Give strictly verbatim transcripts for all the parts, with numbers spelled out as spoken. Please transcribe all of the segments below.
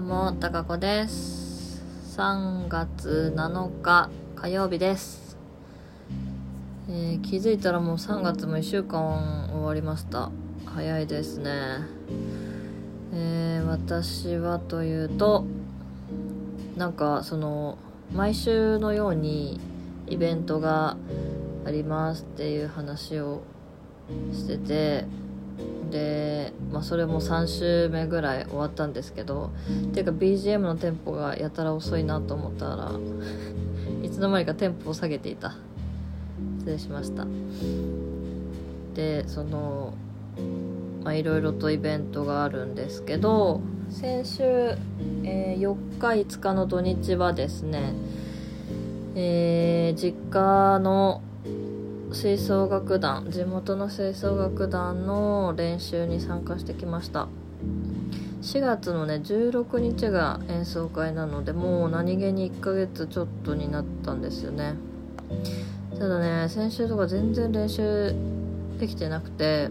もたかこです。さんがつなのか火曜日です。えー、気づいたらもうさんがつもいっしゅうかん終わりました。早いですね。えー、私はというとなんかその毎週のようにイベントがありますっていう話をしてて、で、まあ、それもさん週目ぐらい終わったんですけど、ていうか ビージーエム のテンポがやたら遅いなと思ったらいつの間にかテンポを下げていた。失礼しました。で、そのまあいろいろとイベントがあるんですけど、先週、えー、よっかいつかの土日はですね、えー、実家の吹奏楽団、地元の吹奏楽団の練習に参加してきました。しがつのねじゅうろくにちが演奏会なので、もう何気にいっかげつちょっとになったんですよね。ただね、先週とか全然練習できてなくて、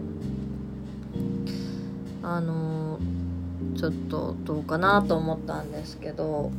あのー、ちょっとどうかなと思ったんですけど、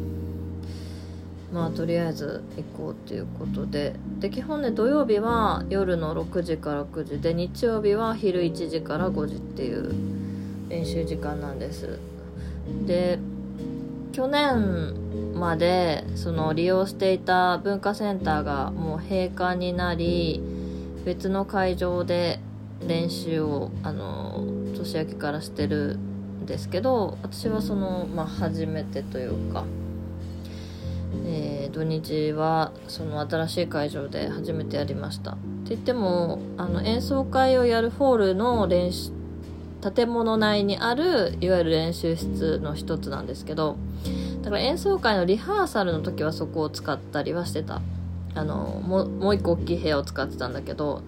まあとりあえず行こうっていうことで、で基本ね土曜日は夜のろくじからくじで、日曜日は昼いちじからごじっていう練習時間なんです。で、去年までその利用していた文化センターがもう閉館になり、別の会場で練習をあの年明けからしてるんですけど、私はそのまあ初めてというか、えー、土日はその新しい会場で初めてやりました。って言ってもあの演奏会をやるホールの練習建物内にあるいわゆる練習室の一つなんですけど、だから演奏会のリハーサルの時はそこを使ったりはしてた。あのもう、もう一個大きい部屋を使ってたんだけど、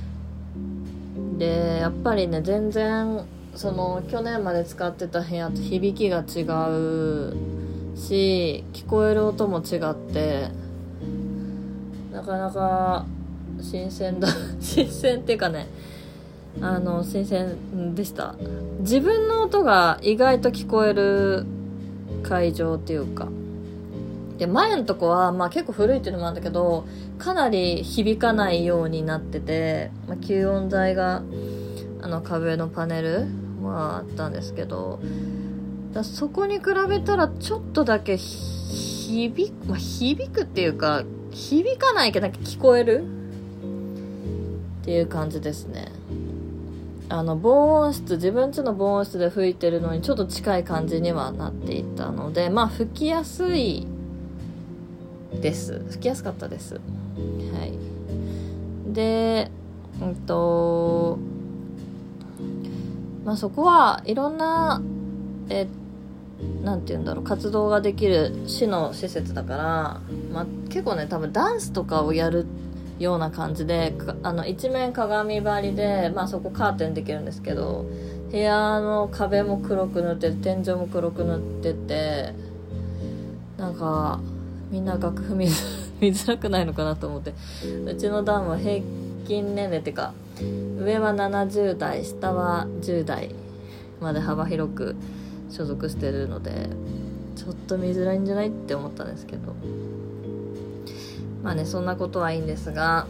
でやっぱりね全然その去年まで使ってた部屋と響きが違うし、聞こえる音も違って、なかなか新鮮だ新鮮っていうかね、あの新鮮でした。自分の音が意外と聞こえる会場っていうかで、前のとこは、まあ、結構古いっていうのもあるんだけど、かなり響かないようになってて、まあ、吸音材があの壁のパネルはあったんですけど、だそこに比べたらちょっとだけ響く、まあ、響くっていうか響かないけどなんか聞こえるっていう感じですね。あの防音室、自分家の防音室で吹いてるのにちょっと近い感じにはなっていたので、まあ吹きやすいです吹きやすかったです。はい。でうんとまあそこはいろんなえなんていうんだろう活動ができる市の施設だから、まあ、結構ね多分ダンスとかをやるような感じで、あの一面鏡張りで、まあ、そこカーテンできるんですけど、部屋の壁も黒く塗ってて天井も黒く塗ってて、なんかみんな楽譜見づ見づらくないのかなと思って、うちの段は平均年齢ってか上はななじゅうだい下はじゅうだいまで幅広く所属してるので、ちょっと見づらいんじゃないって思ったんですけど、まあねそんなことはいいんですが、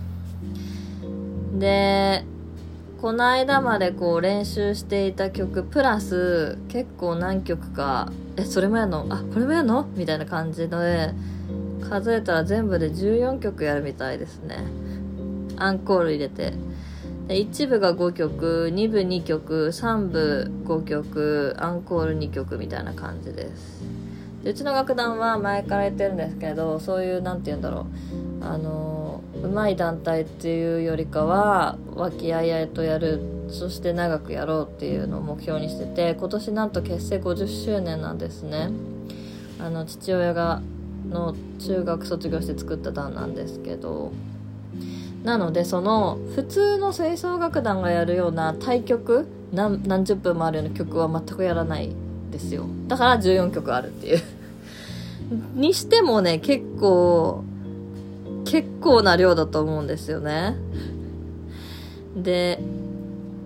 でこの間までこう練習していた曲プラス結構何曲か、えそれもやんの、あこれもやんのみたいな感じで数えたら全部でじゅうよんきょくやるみたいですね。アンコール入れて、でいち部がごきょく、に部にきょく、さん部ごきょく、アンコールにきょくみたいな感じです。でうちの楽団は前から言ってるんですけど、そういうなんて言うんだろう、あのうまい団体っていうよりかは和気あいあいとやる、そして長くやろうっていうのを目標にしてて、今年なんと結成ごじゅっしゅうねんなんですね。あの父親がの中学卒業して作った団なんですけど、なのでその普通の吹奏楽団がやるような大曲 何, 何十分もあるような曲は全くやらないですよ。だからじゅうよんきょくあるっていうにしてもね結構結構な量だと思うんですよね。で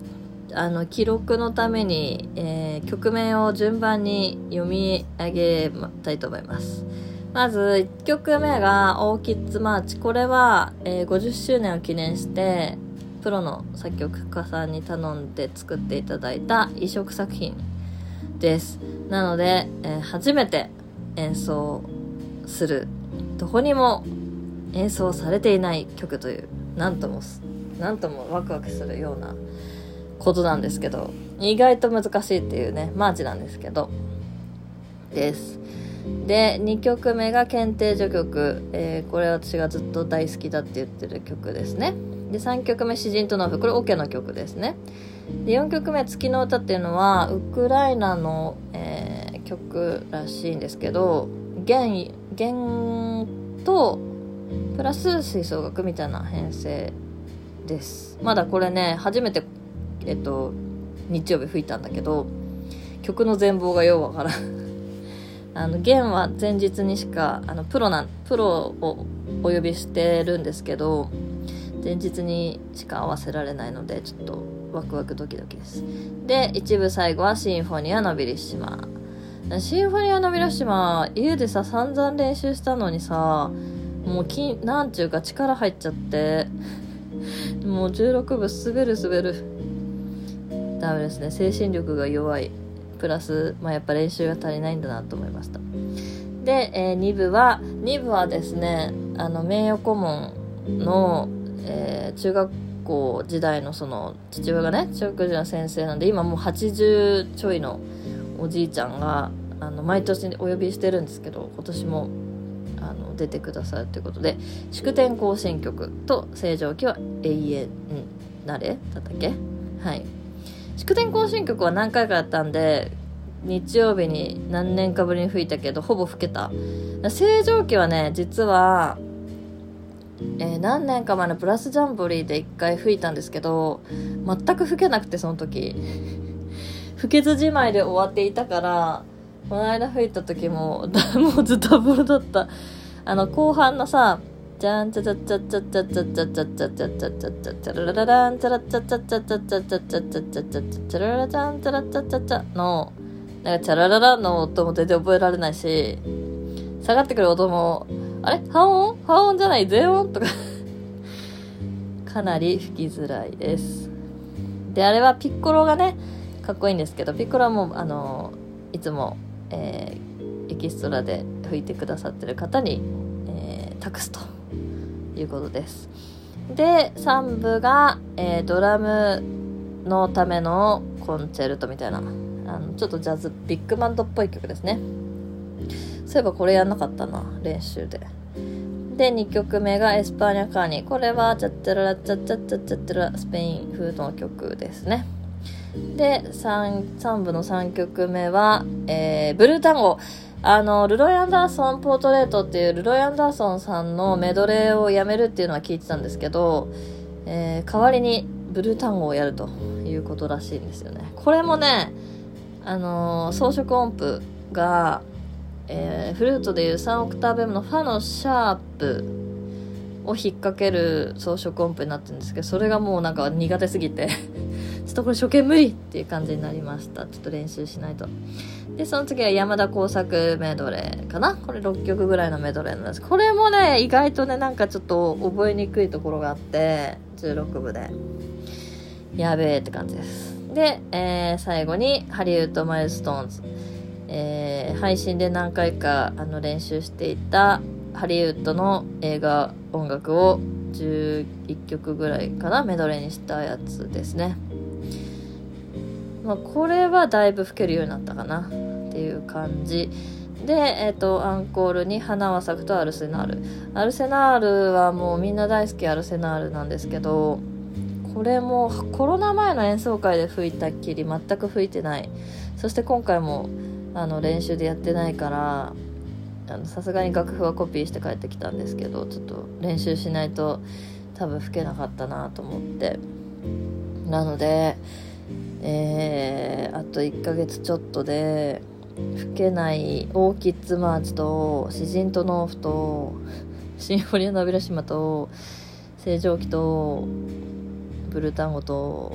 あの記録のために、えー、曲名を順番に読み上げたいと思います。まずいっきょくめがオーキッズマーチ。これは、えー、ごじゅっしゅうねんを記念してプロの作曲家さんに頼んで作っていただいた移植作品です。なので、えー、初めて演奏する、どこにも演奏されていない曲という、なんともなんともワクワクするようなことなんですけど、意外と難しいっていうね、マーチなんですけどです。でにきょくめが検定序曲、えー、これ私がずっと大好きだって言ってる曲ですね。でさんきょくめ詩人と農夫、これオケの曲ですね。でよんきょくめ月の歌っていうのはウクライナの、えー、曲らしいんですけど、弦弦とプラス吹奏楽みたいな編成です。まだこれね初めて、えっと、日曜日吹いたんだけど曲の全貌がようわからんあの弦は前日にしかあのプロなプロをお呼びしてるんですけど、前日にしか合わせられないのでちょっとワクワクドキドキです。で一部最後はシンフォニアのビリッシマ。シンフォニアのビリッシマ家でさ散々練習したのにさ、もうきなんちゅうか力入っちゃってもうじゅうろくぶ滑る滑るダメですね。精神力が弱いプラス、まあ、やっぱ練習が足りないんだなと思いました。で、えー、に部はに部はですね、あの名誉顧問の、えー、中学校時代のその父親がね中学時代の先生なんで、今もうはちじゅうちょいのおじいちゃんがあの毎年お呼びしてるんですけど、今年もあの出てくださるということで、祝典行進曲と清浄期は永遠なれだったっけ。はい、祝典行進曲は何回かやったんで日曜日に何年かぶりに吹いたけどほぼ吹けた。清浄期はね実は、えー、何年か前のプラスジャンボリーで一回吹いたんですけど全く吹けなくて、その時吹けずじまいで終わっていたから、この間吹いた時ももうズタボロだった。あの後半のさじゃんちゃちゃちゃちゃちゃちゃちゃちゃちゃちゃちゃちゃちゃちゃららららんちゃらちゃちゃちゃちゃちゃちゃちゃちゃちゃちゃちゃちゃららちゃんちゃらちゃちゃちゃのなんかチャラララの音も全然覚えられないし、下がってくる音もあれ半音半音じゃない全音とかかなり吹きづらいです。であれはピッコロがねかっこいいんですけど、ピッコロはもうあのいつも、えー、エキストラで吹いてくださってる方に、えー、託すということです。でさん部が、えー、ドラムのためのコンチェルトみたいな、あのちょっとジャズビッグバンドっぽい曲ですね。そういえばこれやんなかったな練習で。でにきょくめがエスパーニャカーニ。これはチャッチャララチャッチャッチャッチャッチャラスペイン風の曲ですね。で 3, さん部のさんきょくめは、えー、ブルータンゴ。あのルロイ・アンダーソンポートレートっていうルロイ・アンダーソンさんのメドレーをやめるっていうのは聞いてたんですけど、えー、代わりにブルータンゴをやるということらしいんですよね。これもね、あのー、装飾音符が、えー、フルートでいうさんオクターブ M のファのシャープを引っ掛ける装飾音符になってるんですけど、それがもうなんか苦手すぎてちょっとこれ初見無理っていう感じになりました。ちょっと練習しないと。でその次は山田耕作メドレーかな。これろっきょくぐらいのメドレーなんです。これもね意外とねなんかちょっと覚えにくいところがあってじゅうろく部でやべえって感じです。で、えー、最後にハリウッドマイルストーンズ、えー、配信で何回かあの練習していたハリウッドの映画音楽をじゅういっきょくぐらいかなメドレーにしたやつですね。まあ、これはだいぶ吹けるようになったかなっていう感じで、えーと、アンコールに花は咲くとアルセナール。アルセナールはもうみんな大好きアルセナールなんですけど、これもコロナ前の演奏会で吹いたっきり全く吹いてない。そして今回もあの練習でやってないからさすがに楽譜はコピーして帰ってきたんですけど、ちょっと練習しないと多分吹けなかったなと思って、なのでえー、あといっかげつちょっとで吹けないオーキッズマーチと詩人と農夫とシンフォニアのビラシマと清浄期とブルータンゴと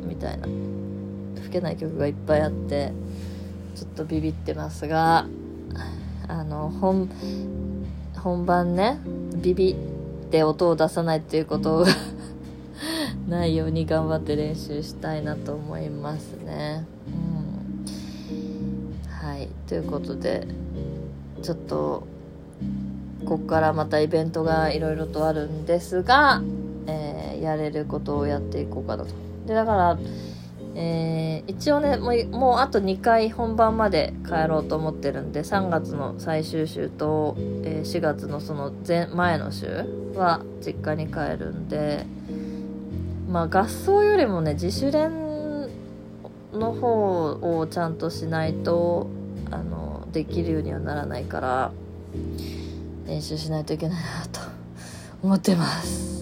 みたいな吹けない曲がいっぱいあってちょっとビビってますが、あの 本, 本番ねビビって音を出さないっていうことがないように頑張って練習したいなと思いますね、うん、はいということでちょっとここからまたイベントがいろいろとあるんですが、えー、やれることをやっていこうかなと。でだから、えー、一応ねもう、もうあとにかい本番まで帰ろうと思ってるんで、さんがつの最終週と、えー、しがつのその前前の週は実家に帰るんで、まあ合奏よりもね自主練の方をちゃんとしないとあのできるようにはならないから練習しないといけないなと思ってます。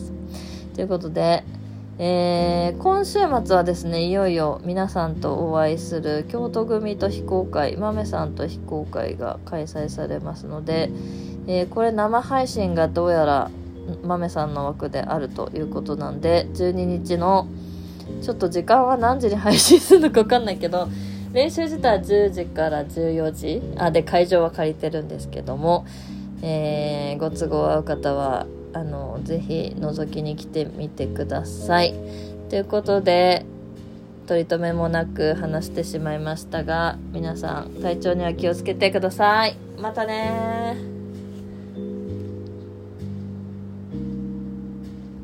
ということで、えー、今週末はですねいよいよ皆さんとお会いする京都組と非公開豆さんと非公開が開催されますので、えー、これ生配信がどうやら豆さんの枠であるということなんで、じゅうににちのちょっと時間は何時に配信するのか分かんないけど、練習自体はじゅうじからじゅうよじあで会場は借りてるんですけども、えー、ご都合合う方はあのぜひ覗きに来てみてください。ということで取り留めもなく話してしまいましたが、皆さん体調には気をつけてください。またね。